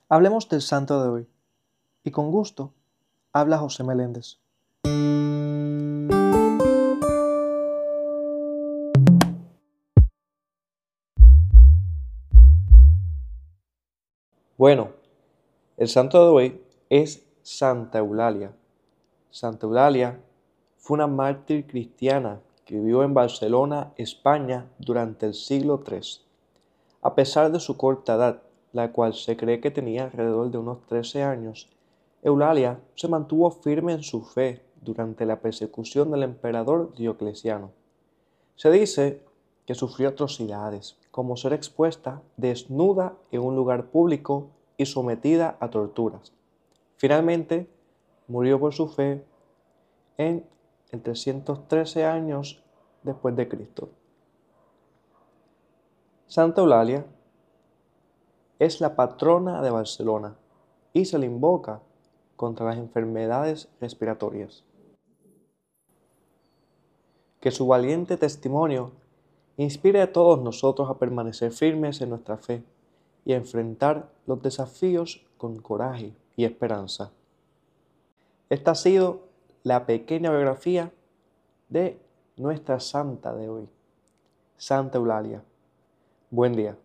Hablemos del santo de hoy, y con gusto habla José Meléndez. Bueno, el santo de hoy es Santa Eulalia. Santa Eulalia fue una mártir cristiana que vivió en Barcelona, España, durante el siglo III. A pesar de su corta edad, la cual se cree que tenía alrededor de unos 13 años, Eulalia se mantuvo firme en su fe durante la persecución del emperador Diocleciano. Se dice que sufrió atrocidades, como ser expuesta desnuda en un lugar público y sometida a torturas. Finalmente, murió por su fe en el 313 años después de Cristo. Santa Eulalia es la patrona de Barcelona y se le invoca contra las enfermedades respiratorias. Que su valiente testimonio inspire a todos nosotros a permanecer firmes en nuestra fe y a enfrentar los desafíos con coraje y esperanza. Esta ha sido la pequeña biografía de nuestra santa de hoy, Santa Eulalia. Buen día.